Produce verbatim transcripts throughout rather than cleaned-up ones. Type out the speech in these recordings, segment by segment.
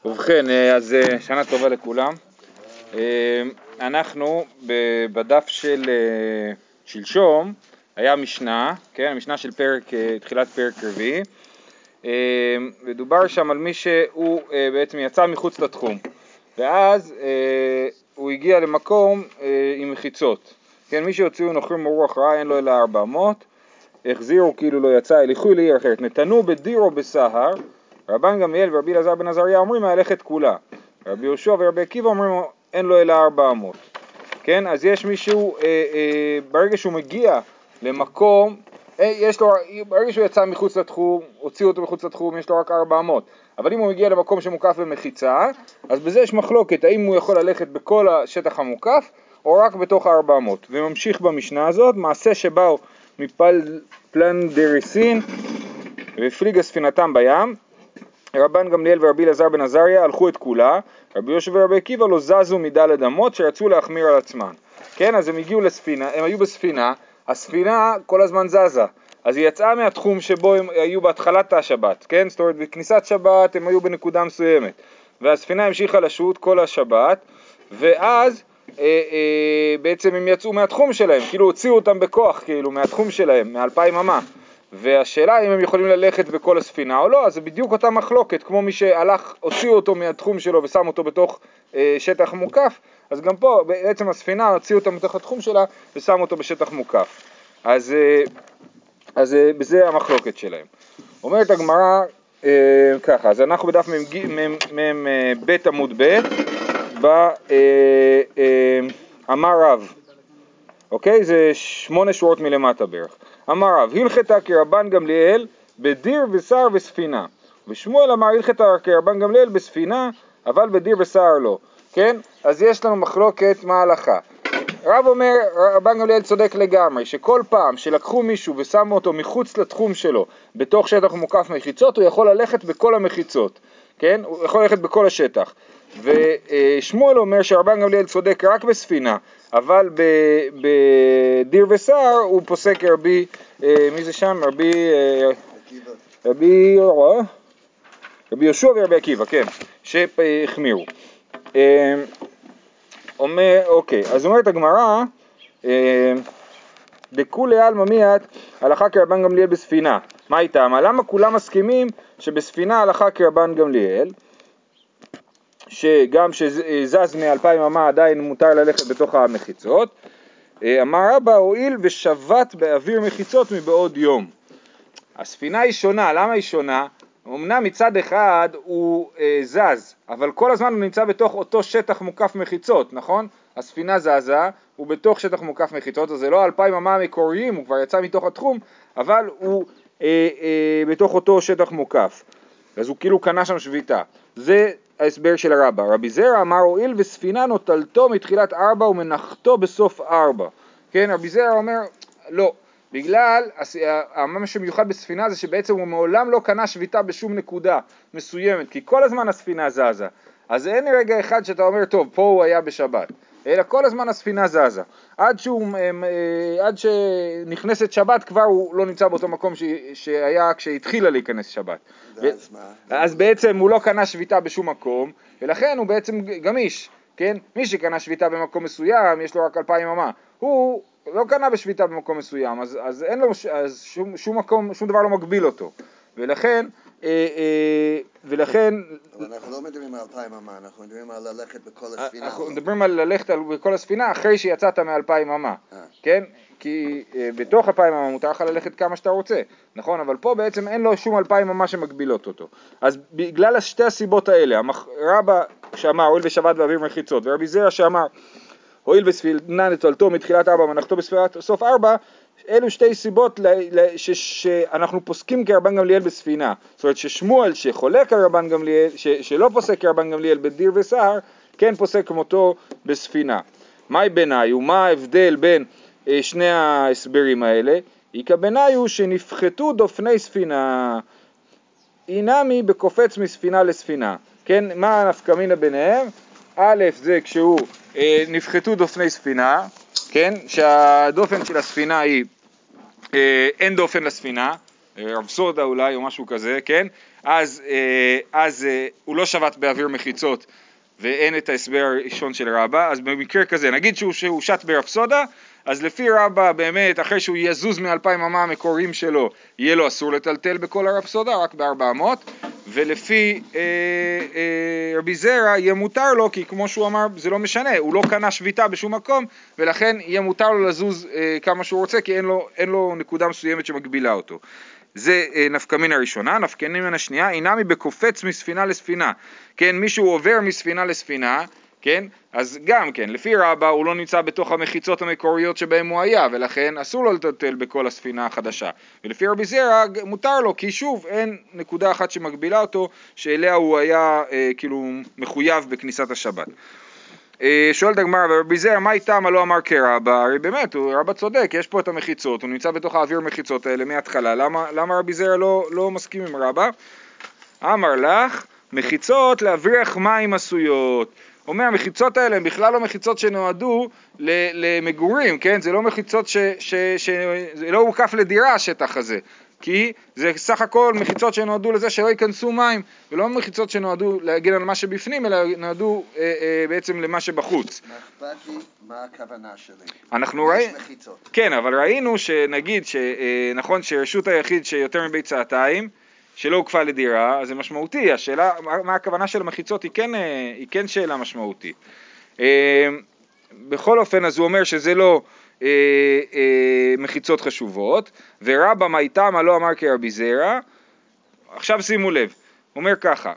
ובכן, אז שנה טובה לכולם. אנחנו בדף של שלשום, היה משנה, כן, המשנה של פרק, תחילת פרק רביעי, ודובר שם על מי שהוא בעצם יצא מחוץ לתחום, ואז הוא הגיע למקום עם מחיצות, כן, מי שהוציאו נוכרים מרוח רע, אין לו אלא ארבע מאות, החזירו כאילו לא יצא, הליכו לעיר אחרת, נתנו בדיר או בסהר, רבן גמליאל ורבי אלעזר בן עזריה אומרים מהלכת כולה, רבי יהושע ורבי עקיבא אומרים אין לו אלא ארבע מאות, כן, אז יש מישהו, אה, אה, ברגע שהוא מגיע למקום, אה, יש לו, ברגע שהוא יצא מחוץ לתחום, הוציאו אותו מחוץ לתחום, יש לו רק ארבע מאות, אבל אם הוא מגיע למקום שמוקף במחיצה, אז בזה יש מחלוקת, האם הוא יכול ללכת בכל השטח המוקף, או רק בתוך ארבע מאות, וממשיך במשנה הזאת, מעשה שבאו מפל פלן דריסין, ופליגה ספינתם בים, רבן גמליאל ורבי אלעזר בן עזריה הלכו את כולה, רבי יהושע ורבי עקיבא לא זזו מדלת אמות שרצו להחמיר על עצמם. כן, אז הם הגיעו לספינה, הם היו בספינה, הספינה כל הזמן זזה, אז היא יצאה מהתחום שבו הם היו בהתחלת השבת, כן, זאת אומרת בכניסת שבת הם היו בנקודה מסוימת, והספינה המשיכה לשוט כל השבת, ואז אה, אה, בעצם הם יצאו מהתחום שלהם, כאילו הוציאו אותם בכוח, כאילו מהתחום שלהם, מאלפיים אמה. והשאלה אם הם יכולים ללכת בכל הספינה או לא, אז זה בדיוק אותה מחלוקת, כמו מי שהלך, הוציאו אותו מהתחום שלו ושם אותו בתוך אה, שטח מוקף, אז גם פה בעצם הספינה הוציאו אותו מתוך התחום שלה ושם אותו בשטח מוקף. אז, אה, אז אה, בזה המחלוקת שלהם. אומרת הגמרא אה, ככה, אז אנחנו בדף בית עמוד ב' באמר רב, אוקיי? זה שמונה שורות מלמטה בערך. אמר רב, הלכתה כרבן גמליאל בדיר ושר וספינה. ושמואל אמר, הלכתה כרבן גמליאל בספינה, אבל בדיר ושר לא. כן? אז יש לנו מחלוקת מה ההלכה. רב אומר, רבן גמליאל צודק לגמרי, שכל פעם שלקחו מישהו ושמו אותו מחוץ לתחום שלו, בתוך שטח מוקף מחיצות, הוא יכול ללכת בכל המחיצות. כן? הוא יכול ללכת בכל השטח. ושמואל אומר שרבן גמליאל צודק רק בספינה, אבל בדיר ושר הוא פוסק רבי, מי זה שם? רבי, רבי, רבי יהושע ורבי עקיבא, כן, שהחמירו. אומר, אוקיי, אז אומרת הגמרא, דכולי עלמא מיעט הלכה כרבן גמליאל בספינה. מה איתם? למה כולם מסכימים שבספינה הלכה כרבן גמליאל? שגם שזז מאלפיים אמה עדיין מותר ללכת בתוך המחיצות. אמר רבא, הואיל ושבת באוויר מחיצות מבעוד יום. הספינה היא שונה, למה היא שונה? אמנם מצד אחד הוא אה, זז, אבל כל הזמן הוא נמצא בתוך אותו שטח מוקף מחיצות, נכון? הספינה זזה, הוא בתוך שטח מוקף מחיצות, אז זה לא אלפיים אמה המקוריים, הוא כבר יצא מתוך התחום, אבל הוא אה, אה, בתוך אותו שטח מוקף. אז הוא כאילו קנה שם שביתה. זה ההסבר של הרבא. רבי זרע אמר, הואיל וספינה נוטלתו מתחילת ארבע ומנחתו בסוף ארבע. כן, רבי זרע אומר, לא. בגלל, מה שמיוחד בספינה זה שבעצם הוא מעולם לא קנה שביתה בשום נקודה מסוימת, כי כל הזמן הספינה זזה. אז אין רגע אחד שאתה אומר, טוב, פה הוא היה בשבת. אלא כל הזמן הספינה זזה. עד שהוא, עד שנכנסת שבת כבר הוא לא נמצא באותו מקום שהיה כשהתחילה להיכנס שבת. ואז, אז בעצם הוא לא קנה שביתה בשום מקום, ולכן הוא בעצם גמיש, כן? מי שקנה שביתה במקום מסוים, יש לו רק אלפיים אמה. הוא לא קנה בשביתה במקום מסוים, אז, אז אין לו, אז שום, שום מקום, שום דבר לא מגביל אותו. ולכן, אה, אה, ולכן... אבל אנחנו לא מדברים על אלפיים אמה, אנחנו מדברים על ללכת בכל הספינה. אנחנו מדברים על ללכת בכל הספינה אחרי שיצאת מאלפיים אמה, כן? כי אה, בתוך אלפיים אמה מותר לך ללכת כמה שאתה רוצה, נכון? אבל פה בעצם אין לו שום אלפיים אמה שמגבילות אותו. אז בגלל שתי הסיבות האלה, רבא שאמר, הואיל ושבת באוויר מחיצות, ורבי זרע שאמר, הואיל בספינה נטלתו מתחילת ארבע ומנחתו בסוף ארבע, אלו שתי סיבות שאנחנו פוסקים כרבן גמליאל בספינה. זאת אומרת ששמואל שחולק על רבן גמליאל, שלא פוסק כרבן גמליאל בדיר וסהר, כן פוסק כמותו בספינה. מהי ביניי ומה ההבדל בין שני ההסברים האלה? איקא ביניי הוא שנפחתו דופני ספינה, אינמי בקופץ מספינה לספינה. כן, מה הנפקא מינה ביניהם? א' זה כשהוא אה, נפחתו דופני ספינה, כן, שהדופן של הספינה היא, אה, אין דופן לספינה, רב סודה אולי או משהו כזה, כן? אז, אז הוא לא שבת באוויר מחיצות ואין את ההסבר הראשון של רבא, אז במקרה כזה, נגיד שהוא, שהוא שט ברב סודה, אז לפי רבא באמת, אחרי שהוא יזוז מאלפיים אמה המקוריים שלו, יהיה לו אסור לטלטל בכל הרב סודה, רק בארבע אמות, ולפי אה, אה, רבי זרע יהיה מותר לו, כי כמו שהוא אמר, זה לא משנה, הוא לא קנה שביתה בשום מקום, ולכן יהיה מותר לו לזוז אה, כמה שהוא רוצה, כי אין לו, אין לו נקודה מסוימת שמגבילה אותו. זה אה, נפקמין הראשונה. נפקמין השנייה, אינמי בקופץ מספינה לספינה, כן, מישהו עובר מספינה לספינה, כן, אז גם כן, לפי רבא הוא לא נמצא בתוך המחיצות המקוריות שבהם הוא היה, ולכן אסור לו לטלטל בכל הספינה החדשה, ולפי רבי זרע מותר לו, כי שוב אין נקודה אחת שמגבילה אותו, שאליה הוא היה אה, כאילו מחויב בכניסת השבת. אה, שואלת הגמרא, ורבי זרע מה איתם לא אמר כרבא? הרי באמת, הוא, רבא צודק, יש פה את המחיצות, הוא נמצא בתוך האוויר מחיצות האלה מההתחלה, למה, למה רבי זרע לא, לא מסכים עם רבא? אמר לך, מחיצות להבריח מים עשויות. אומר, המחיצות האלה הן בכלל לא מחיצות שנועדו למגורים, כן? זה לא מחיצות ש... ש, ש זה לא הוקף לדירה השטח הזה, כי זה סך הכל מחיצות שנועדו לזה שלא ייכנסו מים, ולא מחיצות שנועדו להגן על מה שבפנים, אלא נועדו אה, אה, בעצם למה שבחוץ. מה אכפת לי? מה הכוונה שלי? אנחנו ראינו... יש מחיצות. כן, אבל ראינו שנגיד, שנכון שרשות היחיד שיותר מביצעתיים, שלא הוקפה לדירה, אז זה משמעותי. השאלה, מה הכוונה של המחיצות היא כן, היא כן שאלה משמעותית. בכל אופן, אז הוא אומר שזה לא אה, אה, מחיצות חשובות, ורבא מה איתם לא אמר כרבי זרע. עכשיו שימו לב, הוא אומר ככה,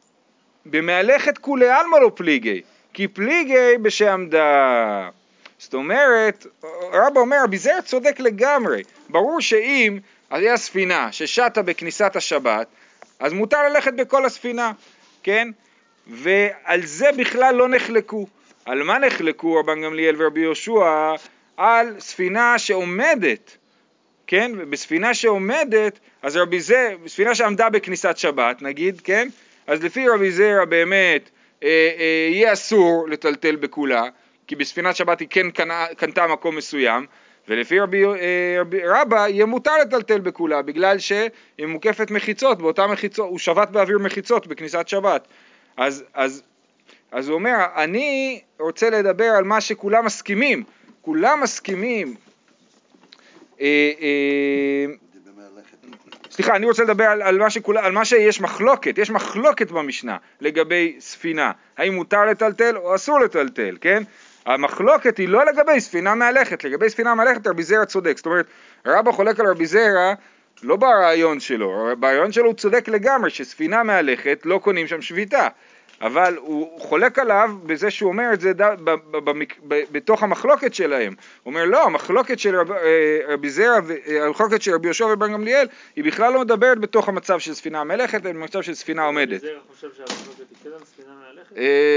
במהלכת כולי עלמא לא פליגי, כי פליגי בשעמדה. זאת אומרת, רבא אומר, רבי זרע צודק לגמרי, ברור שאם היה ספינה ששטה בכניסת השבת, אז מותר ללכת בכל הספינה, כן? ועל זה בכלל לא נחלקו. על מה נחלקו רבן גמליאל ורבי יהושע? על ספינה שעומדת, כן? ובספינה שעומדת, אז רבי זרע, ספינה שעמדה בכניסת שבת, נגיד, כן? אז לפי רבי זרע באמת אה, אה, יהיה אסור לטלטל בכולה, כי בספינת שבת היא כן קנה, קנתה מקום מסוים, ולפי רבי, רבי רבא יהיה מותר לטלטל בכולה, בגלל שהיא מוקפת מחיצות, באותה מחיצות, הוא שבת באוויר מחיצות בכניסת שבת. אז, אז, אז הוא אומר, אני רוצה לדבר על מה שכולם מסכימים, כולם מסכימים, אה, אה, סליחה, אני רוצה לדבר על, על, מה שכולה, על מה שיש מחלוקת, יש מחלוקת במשנה לגבי ספינה, האם מותר לטלטל או אסור לטלטל, כן? המחלוקת היא לא לגבי ספינה מהלכת, לגבי ספינה מהלכת רבי זרע צודק, זאת אומרת, רבא חולק על רבי זרע לא ברעיון שלו, ברעיון שלו הוא צודק לגמרי, שספינה מהלכת לא קונים שם שביתה, אבל הוא חולק עליו בזה שהוא אומר את זה ב, ב, ב, ב, ב, בתוך המחלוקת שלהם. הוא אומר לא, המחלוקת של רב, רבי זרע, המחלוקת של רבי יהושע ובן גמליאל, היא בכלל לא מדברת בתוך המצב של ספינה מהלכת, אלא במצב של ספינה עומדת. רבי זרע חושב שהמחלוקת היא כן על ספינה מהלכת?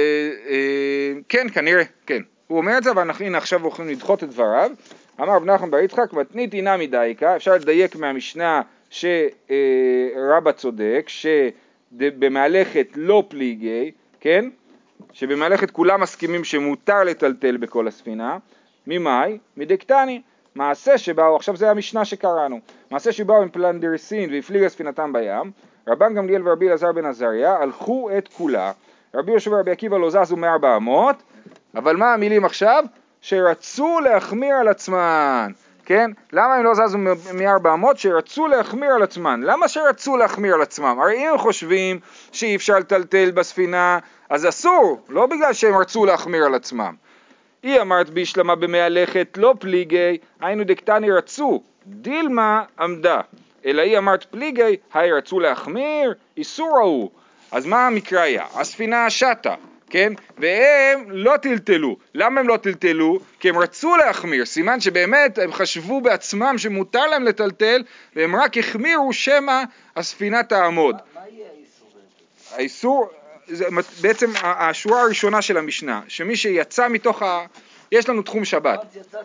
כן, כנראה, כן. הוא אומר את זה, ואנחנו הנה עכשיו הולכים לדחות את דבריו. אמר רב נחמן בר יצחק, מתנית אינה מדייקה, אפשר לדייק מהמשנה שרבא צודק, שבמהלכת לא פליגי, כן? שבמהלכת כולם מסכימים שמותר לטלטל בכל הספינה. ממאי? מדקטני. מעשה שבאו, עכשיו זה המשנה שקראנו, מעשה שבאו עם פלנדרסין והפליגה ספינתם בים, רבן גמליאל ורבי אלעזר בן עזריה הלכו את כולה, רבי יהושע ורבי עקיבא לא זזו מארבע אמות, אבל מה המילים עכשיו? שרצו להחמיר על עצמן, כן? למה הם לא זזו מארבע אמות? שרצו להחמיר על עצמן. למה שרצו להחמיר על עצמם? הרי אם חושבים שאי אפשר לטלטל בספינה, אז אסור, לא בגלל שהם רצו להחמיר על עצמם. היא אמרת בישלמה במהלכת לא פליגי, היינו דקטני רצו, דילמה עמדה. אלא היא אמרת פליגי, היי רצו להחמיר, איסור ההוא. אז מה המקרה היה? הספינה שטה, כן? והם לא טלטלו. למה הם לא טלטלו? כי הם רצו להחמיר. סימן שבאמת הם חשבו בעצמם שמותר להם לטלטל, והם רק החמירו שמא הספינה תעמוד. מה יהיה האיסור? האיסור... זה בעצם השורה הראשונה של המשנה, שמי שיצא מתוך ה... יש לנו תחום שבת.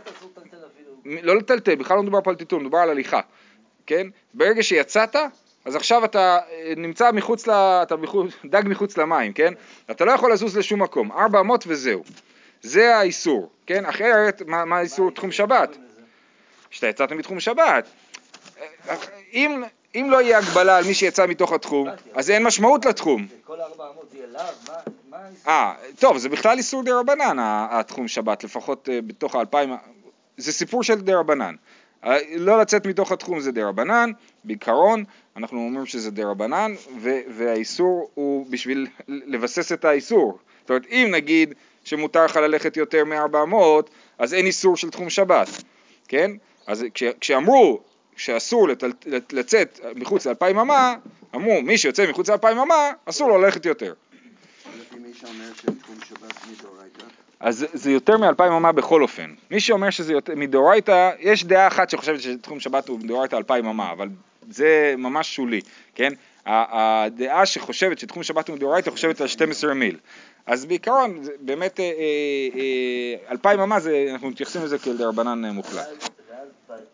לא לטלטל, בכלל לא מדובר פה על טיטול, מדובר על הליכה. כן? ברגע שיצאת, אז עכשיו אתה נמצא מחוץ ל... אתה מחוץ... דג מחוץ למים, כן? אתה לא יכול לזוז לשום מקום. ארבע אמות וזהו. זה האיסור, כן? אחרת, מה, מה האיסור תחום שבת? שאתה יצאת מתחום שבת. אם... אם לא יהיה הגבלה על מי שיצא מתוך התחום, אז אין משמעות לתחום. כל ארבע אמות זה יהיה לאו, מה, מה האיסור? אה, טוב, זה בכלל איסור דה רבנן, התחום שבת, לפחות בתוך האלפיים, זה סיפור של דה רבנן. לא לצאת מתוך התחום זה דה רבנן, בעיקרון, אנחנו אומרים שזה דה רבנן, והאיסור הוא בשביל לבסס את האיסור. זאת אומרת, אם נגיד שמותר לך ללכת יותר מ-ארבע מאות, אז אין איסור של תחום שבת, כן? אז כש, כשאמרו שאסור לת, לת, לצאת מחוץ לאלפיים אמה, אמרו, מי שיוצא מחוץ לאלפיים אמה, אסור לו ללכת יותר. לפי מי שאומר שתחום שבת מדאורייתא? אז זה יותר מאלפיים אמה בכל אופן. מי שאומר שזה יותר מדאורייתא, יש דעה אחת שחושבת שתחום שבת הוא מדאורייתא אלפיים אמה, אבל זה ממש שולי, כן? הדעה שחושבת שתחום שבת הוא מדאורייתא חושבת על שנים עשר מיל. אז בעיקרון, באמת, אה, אה, אלפיים אמה, זה, אנחנו מתייחסים לזה כאל דרבנן מוחלט. ואז בדידו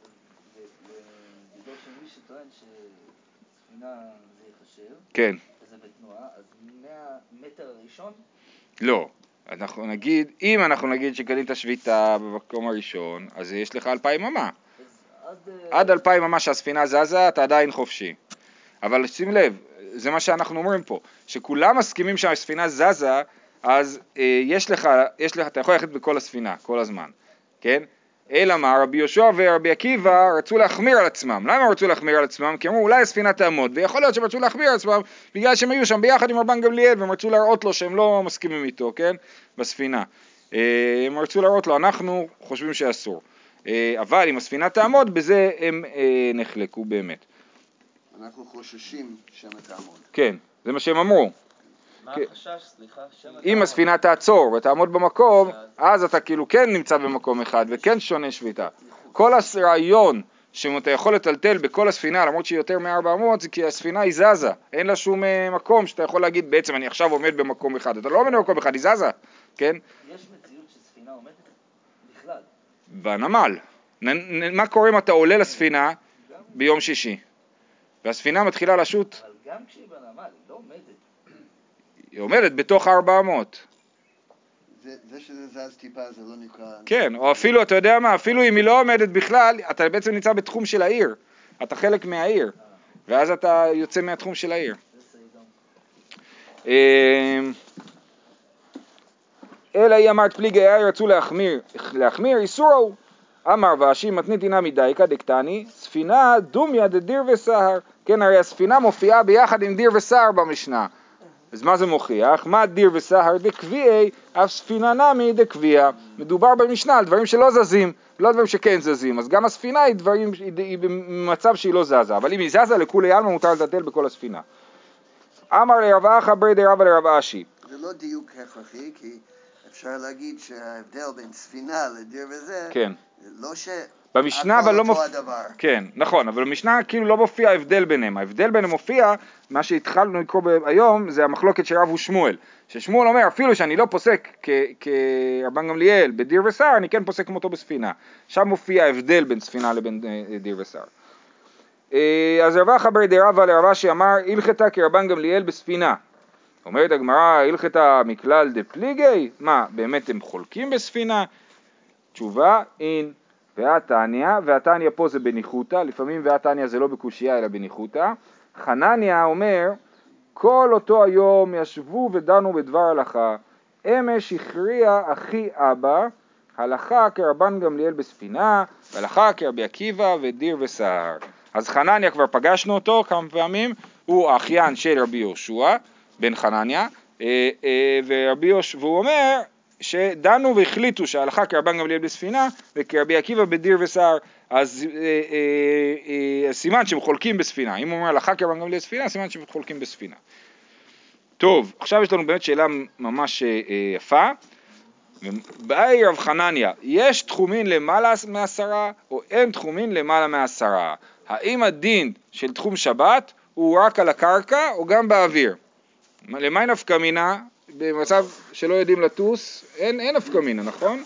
של מי שטוען שספינה זה יחשב, כן. וזה בתנועה, אז מהמטר הראשון? לא. אנחנו נגיד, אם אנחנו נגיד שקנית שביתה במקום הראשון, אז יש לך אלפיים אמה. עד, עד אלפיים אמה שהספינה זזה, אתה עדיין חופשי. אבל שים לב, זה מה שאנחנו אומרים פה, שכולם מסכימים שהספינה זזה, אז אה, יש לך, יש לך, אתה יכול ללכת בכל הספינה, כל הזמן, כן? אלא מה, רבי יהושע ורבי עקיבא רצו להחמיר על עצמם. למה רצו להחמיר על עצמם? כי אמרו, אולי הספינה תעמוד, ויכול להיות שהם רצו להחמיר על עצמם, בגלל שהם היו שם ביחד עם רבן גמליאל, והם רצו להראות לו שהם לא מסכימים איתו, כן? בספינה. אה, הם רצו להראות לו, אנחנו חושבים שאסור. אה, אבל אם הספינה תעמוד, בזה הם אה, נחלקו באמת. אנחנו חוששים שמא תעמוד. כן, זה מה שהם אמרו. מה כן. החשש, סליחה? אם הספינה תעצור ותעמוד במקום, אז אתה כאילו כן נמצא במקום אחד וכן שונה שביתה. כל הרעיון שאתה יכול לטלטל בכל הספינה, למרות שהיא יותר מ-ארבע מאות, זה כי הספינה היא זזה. אין לה שום מקום שאתה יכול להגיד, בעצם אני עכשיו עומד במקום אחד. אתה לא עומד במקום אחד, היא זזה, כן? יש מציאות שספינה עומדת בכלל. בנמל. נ- נ- מה קורה אם אתה עולה לספינה ביום שישי? והספינה מתחילה לשוט, אבל גם כשהיא בנמל, היא לא עומדת. היא עומדת בתוך ארבע מאות. זה, זה שזה זז טיפה זה לא נקרא... כן, או אפילו, אתה יודע מה, אפילו אם היא לא עומדת בכלל, אתה בעצם נמצא בתחום של העיר. אתה חלק מהעיר, ואז אתה יוצא מהתחום של העיר. אלא היא אמרת פליגי העיר רצו להחמיר, להחמיר איסורו. אמר ואשי מתנית אינה מדייקה דקטני, ספינה דומיה דדיר וסהר. כן, הרי הספינה מופיעה ביחד עם דיר וסהר במשנה. אז מה זה מוכיח? מה דיר וסהר דקביעי, אף ספינה נמי דקביע. מדובר במשנה על דברים שלא זזים, לא דברים שכן זזים. אז גם הספינה היא, דברים, היא, היא במצב שהיא לא זזה, אבל אם היא זזה לכולי עלמא מותר לטלטל בכל הספינה. אמר לרב אחא ברי דרבא לרב אשי. זה לא דיוק הכרחי, כי אפשר להגיד שההבדל בין ספינה לדיר וזה, כן. לא ש... במשנה אבל לא מופיע. מופיע, כן, נכון, אבל במשנה כאילו לא מופיע ההבדל ביניהם, ההבדל ביניהם מופיע, מה שהתחלנו לקרוא היום, זה המחלוקת של רב ושמואל, ששמואל אומר, אפילו שאני לא פוסק כרבן גמליאל בדיר וסהר, אני כן פוסק כמותו בספינה, שם מופיע ההבדל בין ספינה לבין דיר וסהר. אז רב אחא ברי דרבא לרב אשי אמר, הלכתה כרבן גמליאל בספינה. אומרת הגמרא, הלכתה מכלל דפליגי, מה, באמת הם חולקים בספינה? תשובה, אין. והתניא, והתניא פה זה בניחותא, לפעמים והתניא זה לא בקושיה אלא בניחותא. חנניה אומר, כל אותו היום ישבו ודנו בדבר הלכה, אמש הכריע אחי אבא, הלכה כרבן גמליאל בספינה, והלכה כרבי עקיבא ודיר וסהר. אז חנניה כבר פגשנו אותו כמה פעמים, הוא האחיין של רבי יהושע, בן חנניה, ורבי יהושע, והוא אומר, שדנו והחליטו שההלכה כרבן גמליאל בספינה וכרבי עקיבא בדיר וסהר, אז אה, אה, אה, סימן שהם חולקים בספינה. אם הוא אומר הלכה כרבן גמליאל בספינה, סימן שהם חולקים בספינה. טוב, עכשיו יש לנו באמת שאלה ממש אה, יפה. באי רב חנניה, יש תחומין למעלה מעשרה או אין תחומין למעלה מעשרה? האם הדין של תחום שבת הוא רק על הקרקע או גם באוויר? למי נפקא מינה? במצב שלא יודעים לטוס, אין, אין נפקא מינה, נכון?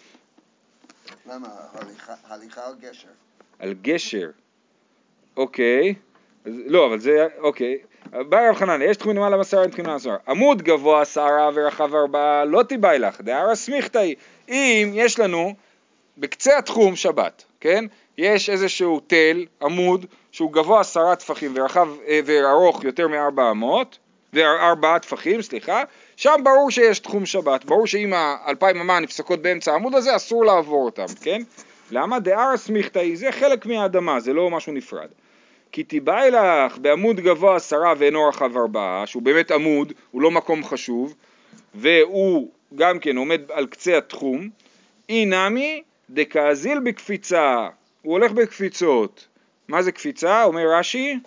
למה? הליכה, הליכה על גשר. על גשר. אוקיי. אז, לא, אבל זה, אוקיי. באי רב חנניה, יש תחומים למעלה מעשרה, אין תחומים למעלה מעשרה. עמוד גבוה עשרה ורחב ארבעה, לא תיבאי לך. דהרא סמיכתא היא. אם יש לנו בקצה התחום שבת, כן? יש איזשהו תל, עמוד, שהוא גבוה עשרה טפחים ורחב וארוך יותר מארבע אמות, וארבעה טפחים, סליחה, שם ברור שיש תחום שבת, ברור שאם האלפיים אמה נפסקות באמצע העמוד הזה, אסור לעבור אותם, כן? למה? דאר סמיכתאי, זה חלק מהאדמה, זה לא משהו נפרד. כי תיבאי לך בעמוד גבוה עשרה ואינו רחב ארבעה, שהוא באמת עמוד, הוא לא מקום חשוב, והוא גם כן עומד על קצה התחום, אי נמי דקאזיל בקפיצה, הוא הולך בקפיצות. מה זה קפיצה? אומר רש"י,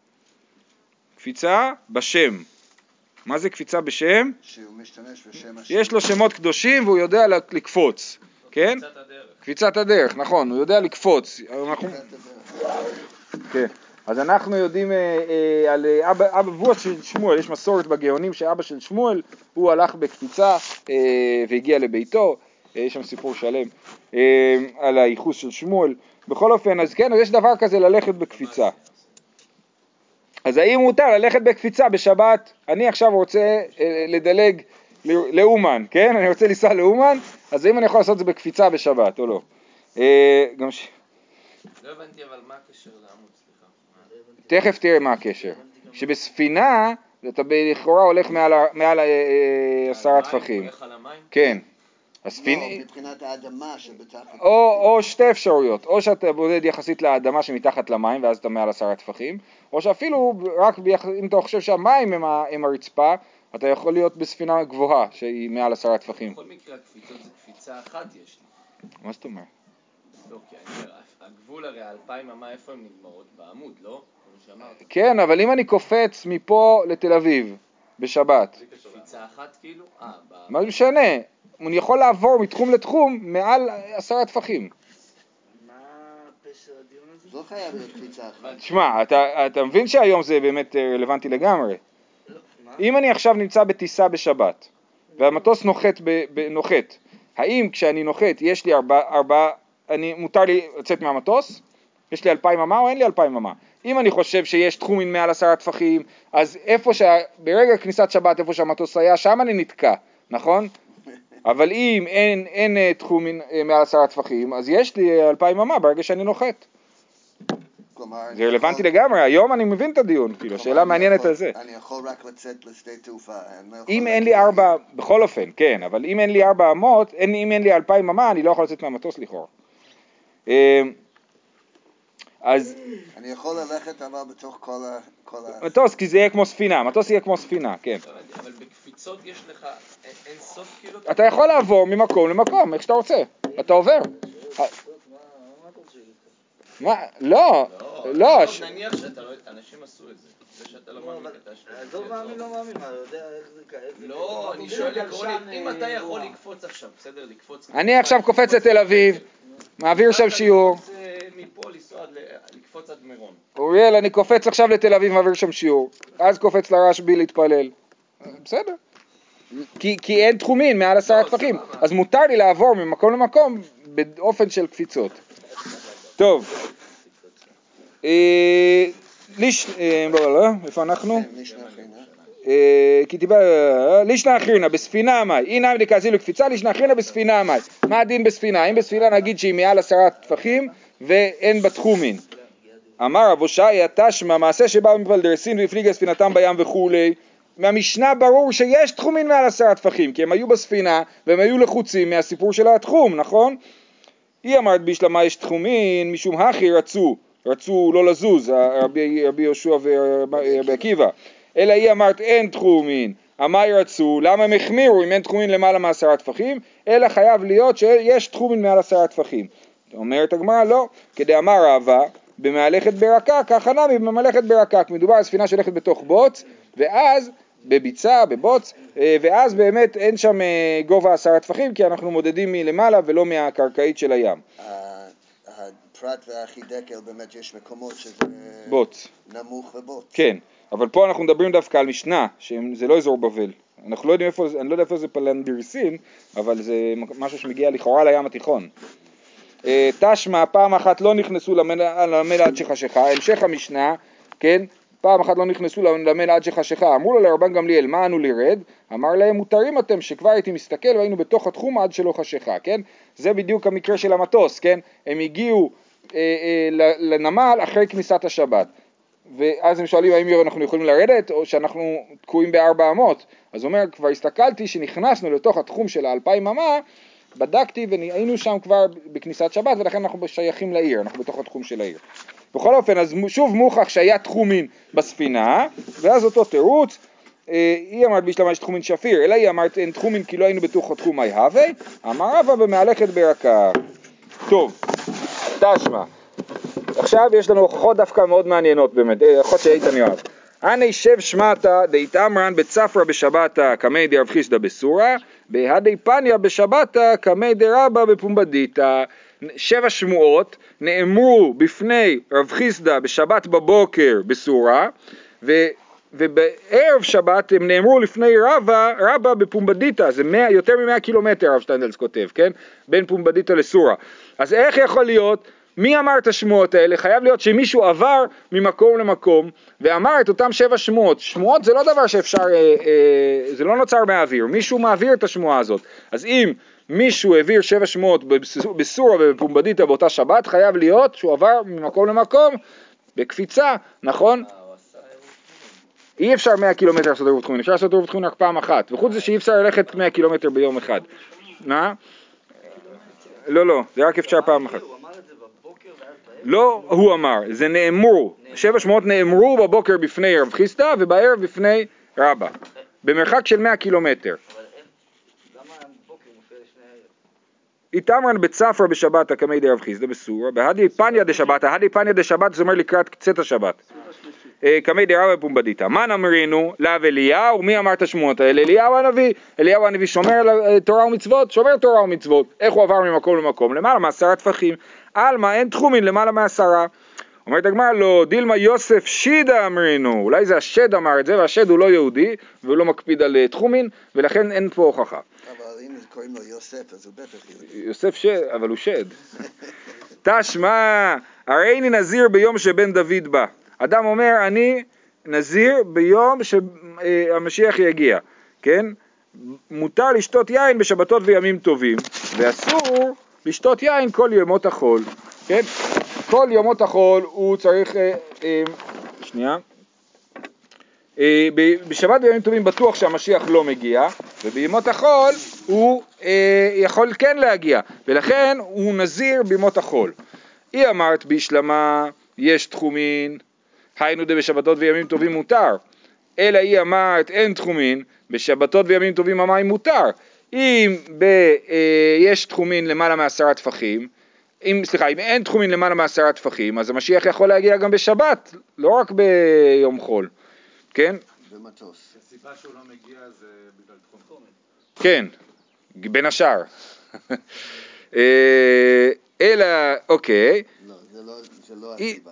קפיצה בשם. מה זה קפיצה בשם? שהוא משתמש בשם השם. יש לו שמות קדושים והוא יודע לקפוץ, כן? קפיצת הדרך. קפיצת הדרך, נכון, הוא יודע לקפוץ. אנחנו... כן. אז אנחנו יודעים אה, אה, על אבא, אבא אבו של שמואל, יש מסורת בגאונים שאבא של שמואל, הוא הלך בקפיצה אה, והגיע לביתו, אה, יש שם סיפור שלם אה, על הייחוס של שמואל. בכל אופן, אז כן, אז יש דבר כזה ללכת בקפיצה. אז האם מותר ללכת בקפיצה בשבת? אני עכשיו רוצה אה, לדלג לאומן, כן? אני רוצה לנסוע לאומן, אז האם אני יכול לעשות את זה בקפיצה בשבת או לא? אה, גם ש... לא הבנתי אבל מה הקשר לעמוד, סליחה. תכף תראה מה הקשר. שבספינה אתה לכאורה הולך מעל, מעל עשרה טפחים. הולך על המים? כן. לא, הספינה... מבחינת האדמה שבתחת. או, או שתי אפשרויות, או שאתה בודד יחסית לאדמה שמתחת למים ואז אתה מעל עשרה טפחים, או שאפילו רק ביח... אם אתה חושב שהמים הם, ה... הם הרצפה, אתה יכול להיות בספינה גבוהה שהיא מעל עשרה טפחים. בכל מקרה הקפיצות זה קפיצה אחת יש לי. מה זאת אומרת? לא, כי אני אומר, הגבול הרי האלפיים אמה איפה הם נגמרות? בעמוד, לא? כמו שאמרת. כן, אבל אם אני קופץ מפה לתל אביב בשבת, קפיצה אחת כאילו? אה, ב... מה זה משנה? אני יכול לעבור מתחום לתחום מעל עשרה טפחים. מה פשר הדיון הזה? זו חייב להיות קפיצה אחת. תשמע, אתה, אתה מבין שהיום זה באמת רלוונטי לגמרי. לא, מה? אם אני עכשיו נמצא בטיסה בשבת, והמטוס נוחת, ב, ב, נוחת, האם כשאני נוחת יש לי ארבע, ארבע, אני, מותר לי לצאת מהמטוס? יש לי אלפיים אמה או אין לי אלפיים אמה? אם אני חושב שיש תחומים מעל עשרה טפחים, אז איפה שה... ברגע כניסת שבת, איפה שהמטוס היה, שם אני נתקע, נכון? אבל אם אין, אין תחומים מעל עשרה טפחים, אז יש לי אלפיים אמה ברגע שאני נוחת. כלומר, זה רלוונטי לגמרי, היום אני מבין את הדיון, כאילו, השאלה מעניינת על זה. אני יכול רק לצאת לשדה תעופה. אם אין לי ארבע, בכל אופן, כן, אבל אם אין לי ארבע אמות, אם אין לי אלפיים אמה, אני לא יכול לצאת מהמטוס לכאורה. אז... אני יכול ללכת אבל בתוך כל ה... כל ה... מטוס, כי זה יהיה כמו ספינה, מטוס יהיה כמו ספינה, כן. אבל בקפיצות יש לך אין סוף כאילו? אתה יכול לעבור ממקום למקום, איך שאתה רוצה, אתה עובר. מה אתה רוצה להגיד? מה? לא, לא. נניח שאתה לא... אנשים עשו את זה. זה שאתה לא מאמין את השאלה. עזוב מאמין, לא מאמין, מה, יודע איך זה... לא, אני שואל עקרונית, אם אתה יכול לקפוץ עכשיו, בסדר, לקפוץ... אני עכשיו קופץ לתל אביב, מעביר שם שיעור. אתה רוצה מפה לנסוע, לקפוץ עד מירון. אוריאל, אני קופץ עכשיו לתל אביב, מעביר שם שיעור. אז קופץ לרשב"י להתפלל. בסדר. כי, כי אין תחומים מעל עשרה טפחים, אז מותר לי לעבור ממקום למקום באופן של קפיצות. טוב. אה, ליש... אה, לא, לא, איפה אנחנו? כי תיבא, לישנה אחירנה בספינה המאי, הנה דקאזיל לקפיצה, לישנה אחירנה בספינה המאי. מה הדין בספינה? אם בספינה נגיד שהיא מעל עשרה טפחים ואין בה תחומין. אמר רב הושעיה תשמע מעשה שבאו מוולדרסין והפליגה ספינתם בים וכולי. מהמשנה ברור שיש תחומין מעל עשרה טפחים, כי הם היו בספינה והם היו לחוצים מהסיפור של התחום, נכון? היא אמרת בשלמה יש תחומין, משום הכי רצו, רצו לא לזוז, רבי, רבי יהושע ורבי עקיבא. אלא היא אמרת אין תחומין, המאי רצו, למה הם החמירו אם אין תחומין למעלה מעשרה טפחים? אלא חייב להיות שיש תחומין מעל עשרה טפחים. אומרת הגמרא לא, כדי אמר רבא, במהלכת ברקק, ככה נמי במהלכת ברקק, מדובר על ספינה שהולכת בתוך בוץ, ואז בביצה, בבוץ, ואז באמת אין שם גובה עשרה טפחים, כי אנחנו מודדים מלמעלה ולא מהקרקעית של הים. הפרת והחידקל באמת יש מקומות שזה בוץ. נמוך ובוץ. כן, אבל פה אנחנו מדברים דווקא על משנה, שזה לא אזור בבל. אנחנו לא יודעים איפה, אני לא יודע איפה זה פלנדירסין, אבל זה משהו שמגיע לכאורה לים התיכון. תשמע, פעם אחת לא נכנסו למל עד שחשיכה, המשך המשנה, כן? פעם אחת לא נכנסו למל עד שחשיכה, אמרו לו לרבן גמליאל, מה ענו לירד? אמר להם, מותרים אתם שכבר הייתי מסתכל והיינו בתוך התחום עד שלא חשיכה, כן? זה בדיוק המקרה של המטוס, כן? הם הגיעו אה, אה, לנמל אחרי כניסת השבת. ואז הם שואלים האם אנחנו יכולים לרדת או שאנחנו תקועים בארבע אמות. אז הוא אומר, כבר הסתכלתי שנכנסנו לתוך התחום של האלפיים אמה, בדקתי והיינו שם כבר בכניסת שבת ולכן אנחנו שייכים לעיר, אנחנו בתוך התחום של העיר. בכל אופן, אז שוב מוכח שהיה תחומין בספינה, ואז אותו תירוץ, היא אמרת בשלמה יש תחומין שפיר, אלא היא אמרת אין תחומין כי לא היינו בתוך התחום מי הווה, אמר רבא במהלכת ברקה. טוב, תשמע. עכשיו יש לנו הוכחות דווקא מאוד מעניינות באמת, הוכחות שאיתן יואב. אני שב שמעתה דאיתמרן בצפרה בשבתה כמי דרב חיסדא בסורה, בהדי פניה בשבתה כמי דרבא בפומבדיתא. שבע שמועות נאמרו בפני רב חיסדא בשבת בבוקר בסורה, ו... ובערב שבת הם נאמרו לפני רבא, רבא בפומבדיתא, זה מאה, יותר ממאה קילומטר רב שטיינזלץ כותב, כן? בין פומבדיתא לסורה. אז איך יכול להיות, מי אמר את השמועות האלה? חייב להיות שמישהו עבר ממקום למקום ואמר את אותם שבע שמועות. שמועות זה לא דבר שאפשר, אה, אה, זה לא נוצר מהאוויר, מישהו מעביר את השמועה הזאת. אז אם מישהו העביר שבע שמועות בסורה ובפומבדיתא באותה שבת, חייב להיות שהוא עבר ממקום למקום בקפיצה, נכון? אי אפשר מאה קילומטר לעשות עירוב תחומין, אפשר לעשות עירוב תחומין רק פעם אחת, וחוץ זה שאי אפשר ללכת מאה קילומטר ביום אחד. מה? לא, לא, זה רק אפשר פעם אחת. הוא אמר את זה בבוקר ואז בערב? לא, הוא אמר, זה נאמרו, שבע שמועות נאמרו בבוקר בפני רב חיסדא ובערב בפני רבא, במרחק של מאה קילומטר. אבל למה בוקר מופיע לשני הערב? איתמרן בצפרה בשבת כמי דרב חיסדא בסורה, בהדי פניה דשבת, ההדי פניה דשבת זה אומר לקראת קצת השבת. כמי דרבא בפומבדיתא. מן אמרינו לאו אליהו, מי אמר את השמועות האלה? אליהו הנביא. אליהו הנביא שומר תורה ומצוות, שומר תורה ומצוות. איך הוא עבר ממקום למקום? למעלה מעשרה טפחים. אלמה אין תחומין למעלה מעשרה. אומרת הגמרא לא, דילמה יוסף שידה אמרינו. אולי זה השד אמר את זה, והשד הוא לא יהודי והוא לא מקפיד על תחומין, ולכן אין פה הוכחה. אבל אם קוראים לו יוסף אז הוא בטח יהודי. יוסף שד, אבל הוא שד. תשמע, הרי אני נזיר ביום שבן דוד בא. אדם אומר, אני נזיר ביום שהמשיח יגיע, כן? מותר לשתות יין בשבתות וימים טובים, ואסור לשתות יין כל ימות החול, כן? כל ימות החול הוא צריך, אה, אה, שנייה, אה, בשבת וימים טובים בטוח שהמשיח לא מגיע, ובימות החול הוא אה, יכול כן להגיע, ולכן הוא נזיר בימות החול. היא אמרת בשלמה, יש תחומין, היינו דה בשבתות וימים טובים מותר, אלא היא אמרת אין תחומין, בשבתות וימים טובים המים מותר. אם ב, אה, יש תחומין למעלה מעשרה טפחים, אם, סליחה, אם אין תחומין למעלה מעשרה טפחים, אז המשיח יכול להגיע גם בשבת, לא רק ביום חול, כן? במטוס. הסיבה שהוא לא מגיע זה בגלל תחום. כן, בין השאר. אלא, אוקיי. לא, זה לא, זה לא הסיבה.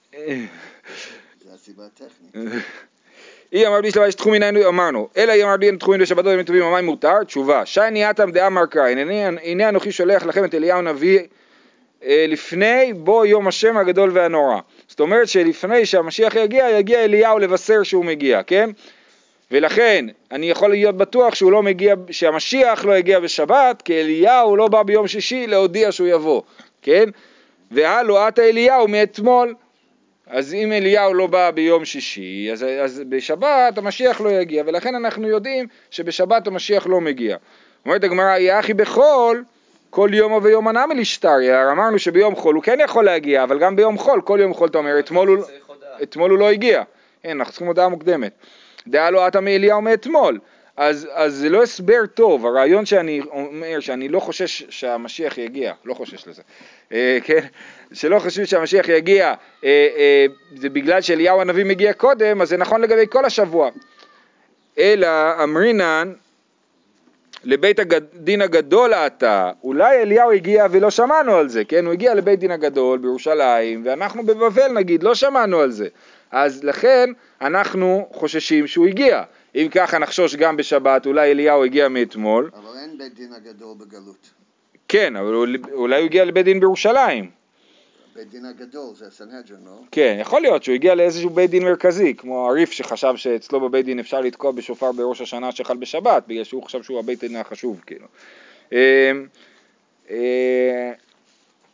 זה הסיבה הטכנית. היא אמר לי שלמה יש תחומין אמרנו, אלא היא אמר לי אין תחומין בשבתות וימים טובים המים מותר, תשובה, שי אתם דאמר קרא, הנה אנוכי שולח לכם את אליהו נביא לפני בו יום השם הגדול והנורא. זאת אומרת שלפני שהמשיח יגיע, יגיע אליהו לבשר שהוא מגיע, כן? ולכן אני יכול להיות בטוח שהוא לא מגיע, שהמשיח לא יגיע בשבת, כי אליהו לא בא ביום שישי להודיע שהוא יבוא, כן? והלו עתה אליהו מאתמול, אז אם אליהו לא בא ביום שישי, אז, אז בשבת המשיח לא יגיע, ולכן אנחנו יודעים שבשבת המשיח לא מגיע. אומרת הגמרא, יחי בחול, כל יום ויום הנמי לשטריה, אמרנו שביום חול הוא כן יכול להגיע, אבל גם ביום חול, כל יום חול אתה אומר, אתמול הוא, אתמול הוא לא הגיע. אין, אנחנו צריכים הודעה מוקדמת. דעה לא עתה מאליהו מאתמול. אז, אז זה לא הסבר טוב, הרעיון שאני אומר שאני לא חושש שהמשיח יגיע, לא חושש לזה, אה, כן? שלא חושש שהמשיח יגיע, אה, אה, זה בגלל שאליהו הנביא מגיע קודם, אז זה נכון לגבי כל השבוע. אלא אמרינן, לבית הדין הגדול עתה, אולי אליהו הגיע ולא שמענו על זה, כן? הוא הגיע לבית דין הגדול בירושלים, ואנחנו בבבל נגיד, לא שמענו על זה. אז לכן אנחנו חוששים שהוא הגיע. אם ככה נחשוש גם בשבת, אולי אליהו הגיע מאתמול. אבל אין בית דין הגדול בגלות. כן, אבל אולי הוא הגיע לבית דין בירושלים. בית דין הגדול זה הסנהדרין, לא? כן, יכול להיות שהוא הגיע לאיזשהו בית דין מרכזי, כמו הריף שחשב שאצלו בבית דין אפשר לתקוע בשופר בראש השנה שחל בשבת, בגלל שהוא חשב שהוא הבית דין החשוב, כאילו.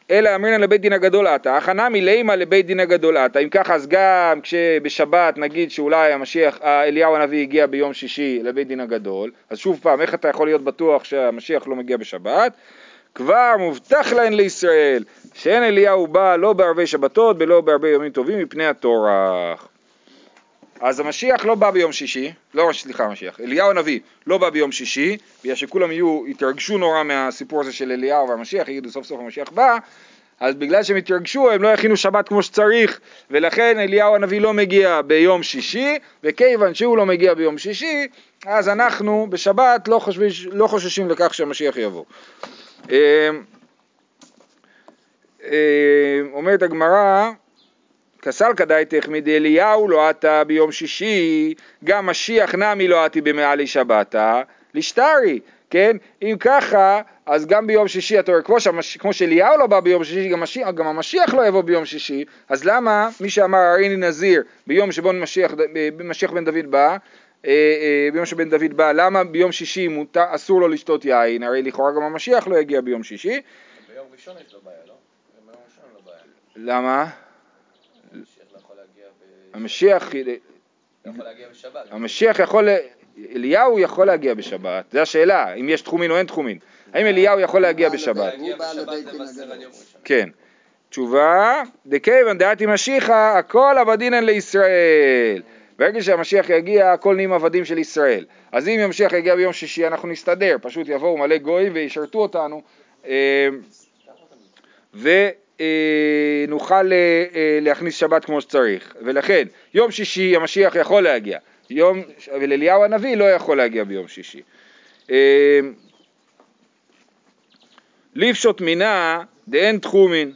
אלא אמרינן לבית דין הגדול עתה, הכנה מלימה לבית דין הגדול עתה. אם ככה, אז גם כשבשבת נגיד שאולי המשיח, אליהו הנביא הגיע ביום שישי לבית דין הגדול, אז שוב פעם, איך אתה יכול להיות בטוח שהמשיח לא מגיע בשבת? כבר מובטח להן לישראל, שאין אליהו בא לא בערבי שבתות ולא בערבי יומים טובים מפני התורח. אז המשיח לא בא ביום שישי, לא סליחה המשיח, אליהו הנביא לא בא ביום שישי, בגלל שכולם יהיו, יתרגשו נורא מהסיפור הזה של אליהו והמשיח, יגידו סוף סוף המשיח בא, אז בגלל שהם התרגשו הם לא יכינו שבת כמו שצריך, ולכן אליהו הנביא לא מגיע ביום שישי, וכיוון שהוא לא מגיע ביום שישי, אז אנחנו בשבת לא, חושבים, לא חוששים לכך שהמשיח יבוא. אומרת הגמרא, כסל כדאיתך מדי אליהו לא עתה ביום שישי, גם משיח נמי לא עתי במעלי שבתה, לשטרי, כן? אם ככה, אז גם ביום שישי, אתה רואה, כמו, שמש, כמו שאליהו לא בא ביום שישי, גם, משיח, גם המשיח לא יבוא ביום שישי, אז למה מי שאמר הריני נזיר ביום שבו משיח, משיח בן דוד בא, ביום שבן דוד בא, למה ביום שישי מותר, אסור לו לשתות יין? הרי לכאורה גם המשיח לא יגיע ביום שישי. ביום ראשון יש לו בעיה, לא? ביום ראשון לא בעיה. למה? המשיח לא יכול להגיע ב... המשיח... לא יכול להגיע בשבת. המשיח יכול... אליהו יכול להגיע בשבת, זו השאלה, אם יש תחומין או אין תחומין. האם אליהו יכול להגיע בשבת? להגיע בשבת לבשר על יום ראשון. כן. תשובה, דכיוון דעתי משיחה, הכל עבדינן לישראל. ברגע שהמשיח יגיע, הכל נהיים עבדים של ישראל. אז אם המשיח יגיע ביום שישי, אנחנו נסתדר, פשוט יבואו מלא גויים וישרתו אותנו, ונוכל להכניס שבת כמו שצריך. ולכן, יום שישי המשיח יכול להגיע, יום, אבל אליהו הנביא לא יכול להגיע ביום שישי. לפשוט מינה דאין תחומין,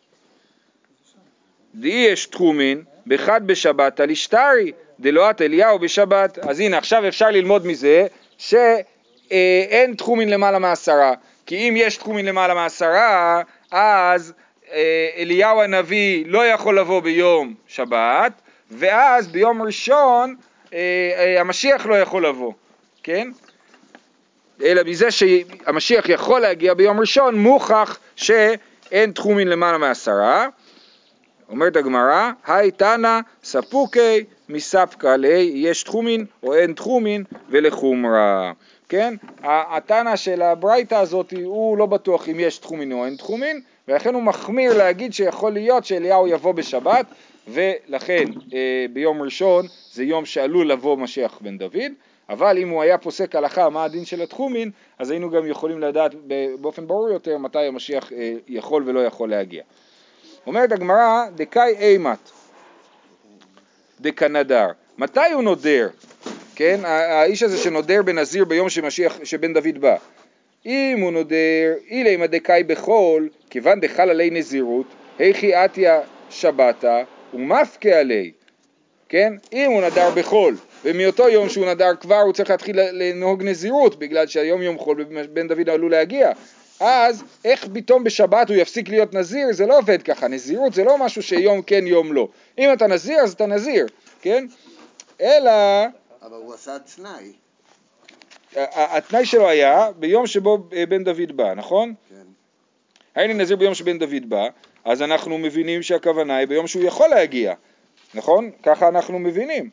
דאי יש תחומין, בחד בשבת על אשתרי, דלואת אליהו בשבת. אז הנה, עכשיו אפשר ללמוד מזה שאין תחומין למעלה מעשרה, כי אם יש תחומין למעלה מעשרה, אז אליהו הנביא לא יכול לבוא ביום שבת, ואז ביום ראשון המשיח לא יכול לבוא, כן? אלא בזה שהמשיח יכול להגיע ביום ראשון, מוכח שאין תחומין למעלה מעשרה. אומרת הגמרא, היי תנא ספוקי מספקא לי, יש תחומין או אין תחומין ולחומרה. כן? התנא של הברייתא הזאת הוא לא בטוח אם יש תחומין או אין תחומין, ולכן הוא מחמיר להגיד שיכול להיות שאליהו יבוא בשבת, ולכן אה, ביום ראשון זה יום שעלול לבוא משיח בן דוד, אבל אם הוא היה פוסק הלכה מה הדין של התחומין, אז היינו גם יכולים לדעת באופן ברור יותר מתי המשיח אה, יכול ולא יכול להגיע. אומרת הגמרא, דקאי אימת, דקנדר, מתי הוא נודר? כן, האיש הזה שנודר בנזיר ביום שמשיח, שבן דוד בא. אם הוא נודר, אילי מדקאי בחול, כיוון דחל עלי נזירות, היכי עתיה שבתה, ומפקה עלי. כן, אם הוא נדר בחול, ומאותו יום שהוא נדר כבר הוא צריך להתחיל לנהוג נזירות, בגלל שהיום יום חול בן דוד עלול להגיע. אז איך פתאום בשבת הוא יפסיק להיות נזיר? זה לא עובד ככה, נזירות זה לא משהו שיום כן יום לא. אם אתה נזיר אז אתה נזיר, כן? אלא... אבל הוא עשה תנאי. התנאי שלו היה ביום שבו בן דוד בא, נכון? כן. היינו נזיר ביום שבן דוד בא, אז אנחנו מבינים שהכוונה היא ביום שהוא יכול להגיע, נכון? ככה אנחנו מבינים.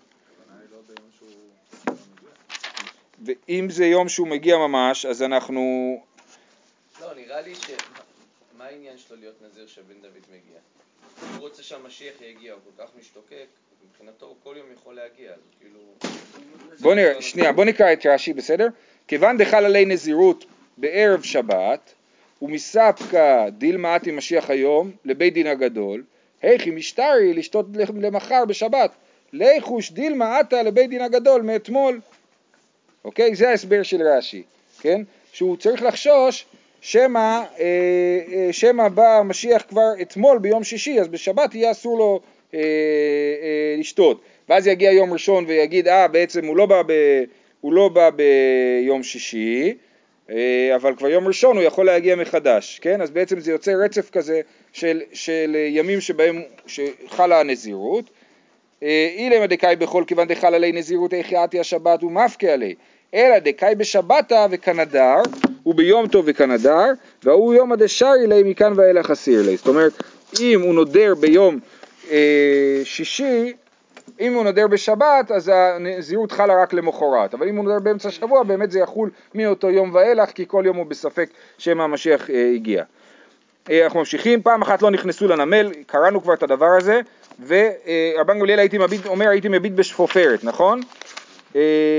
ואם זה יום שהוא מגיע ממש, אז אנחנו... לא, נראה לי ש... מה העניין שלו להיות נזיר שבן דוד מגיע? הוא רוצה שהמשיח יגיע, הוא כל כך משתוקק, מבחינתו הוא כל יום יכול להגיע, אז כאילו... בוא נראה, שנייה, בוא נקרא את רש"י, בסדר? כיוון דחל עלי נזירות בערב שבת, ומספקא דילמאת עם משיח היום לבית דין הגדול, היכי משטרי לשתות למחר בשבת, ליחוש דילמאתה לבית דין הגדול מאתמול. אוקיי? זה ההסבר של רש"י, כן? שהוא צריך לחשוש שמא, אה, אה, שמא בא המשיח כבר אתמול ביום שישי, אז בשבת יהיה אסור לו אה, אה, לשתות. ואז יגיע יום ראשון ויגיד, אה, בעצם הוא לא בא, ב, הוא לא בא ביום שישי, אה, אבל כבר יום ראשון הוא יכול להגיע מחדש, כן? אז בעצם זה יוצא רצף כזה של, של ימים שבהם שחלה הנזירות. אילמה דקאי בכל כיוון דחל עלי נזירות היכי עתי השבת ומפקה עלי, אלא דקאי בשבתה וכנדר, וביום טוב וכנדר, והוא יום הדשארי לי מכאן ואילך אסיר לי. זאת אומרת, אם הוא נודר ביום אה, שישי, אם הוא נודר בשבת, אז הנזירות חלה רק למחרת, אבל אם הוא נודר באמצע השבוע, באמת זה יחול מאותו יום ואילך, כי כל יום הוא בספק שמא המשיח אה, הגיע. אה, אנחנו ממשיכים, פעם אחת לא נכנסו לנמל, קראנו כבר את הדבר הזה, ורבן גמליאל הייתי מביט, אומר הייתי מביט בשפופרת, נכון? אה,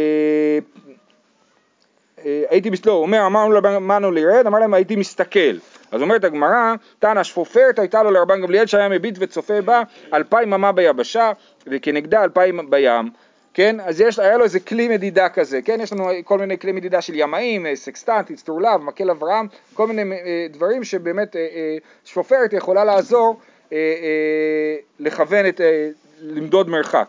אה, הייתי, לא, הוא אומר, אמרנו לרבנו לירד, אמר להם הייתי מסתכל. אז אומרת הגמרא, תנא השפופרת הייתה לו לרבן גמליאל שהיה מביט וצופה בה אלפיים ממה ביבשה וכנגדה אלפיים בים, כן? אז יש, היה לו איזה כלי מדידה כזה, כן? יש לנו כל מיני כלי מדידה של ימאים, סקסטנט, אצטרולב, מקל אברהם, כל מיני דברים שבאמת שפופרת יכולה לעזור לכוון את, למדוד מרחק.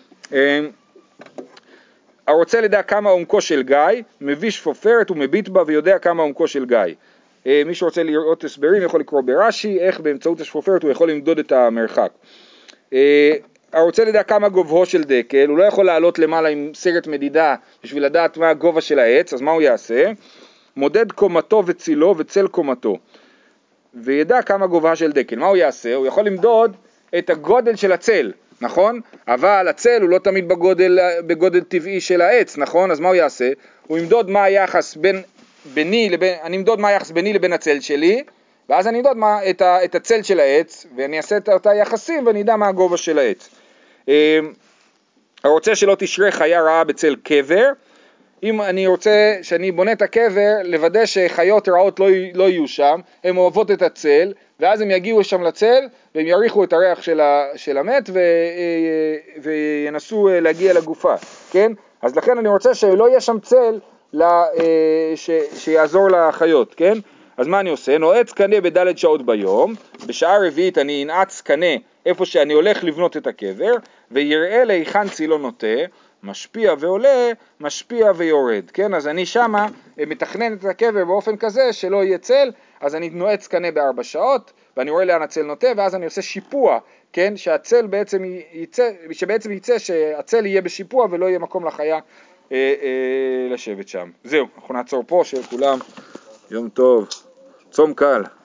הרוצה לדע כמה עומקו של גיא, מביא שפופרת ומביט בה ויודע כמה עומקו של גיא. מי שרוצה לראות הסברים יכול לקרוא ברש"י, איך באמצעות השפופרת הוא יכול למדוד את המרחק. הרוצה לדע כמה גובהו של דקל, הוא לא יכול לעלות למעלה עם סרט מדידה בשביל לדעת מה הגובה של העץ, אז מה הוא יעשה? מודד קומתו וצילו וצל קומתו, וידע כמה גובהה של דקל. מה הוא יעשה? הוא יכול למדוד את הגודל של הצל, נכון? אבל הצל הוא לא תמיד בגודל, בגודל טבעי של העץ, נכון? אז מה הוא יעשה? הוא ימדוד מה היחס בין ביני לבין, אני אמדוד מה היחס ביני לבין הצל שלי, ואז אני אמדוד מה, את, ה, את הצל של העץ, ואני אעשה את אותה יחסים ואני אדע מה הגובה של העץ. הרוצה שלא תשרה חיה רעה בצל קבר, אם אני רוצה שאני בונה את הקבר, לוודא שחיות רעות לא, לא יהיו שם, הן אוהבות את הצל, ואז הם יגיעו שם לצל, והם יריחו את הריח של, ה, של המת, ו, וינסו להגיע לגופה, כן? אז לכן אני רוצה שלא יהיה שם צל, לה, ש, שיעזור לחיות, כן? אז מה אני עושה? נועץ קנה בדלת שעות ביום, בשעה רביעית אני אנעץ קנה איפה שאני הולך לבנות את הקבר, ויראה להיכן צילו נוטה, משפיע ועולה, משפיע ויורד, כן? אז אני שמה מתכנן את הקבר באופן כזה שלא יהיה צל, אז אני נועץ קנה בארבע שעות, ואני רואה לאן הצל נוטה, ואז אני עושה שיפוע, כן? שהצל בעצם יצא, שבעצם יצא שהצל יהיה בשיפוע ולא יהיה מקום לחיה אה, אה, לשבת שם. זהו, אנחנו נעצור פה, שכולם יום טוב, צום קל.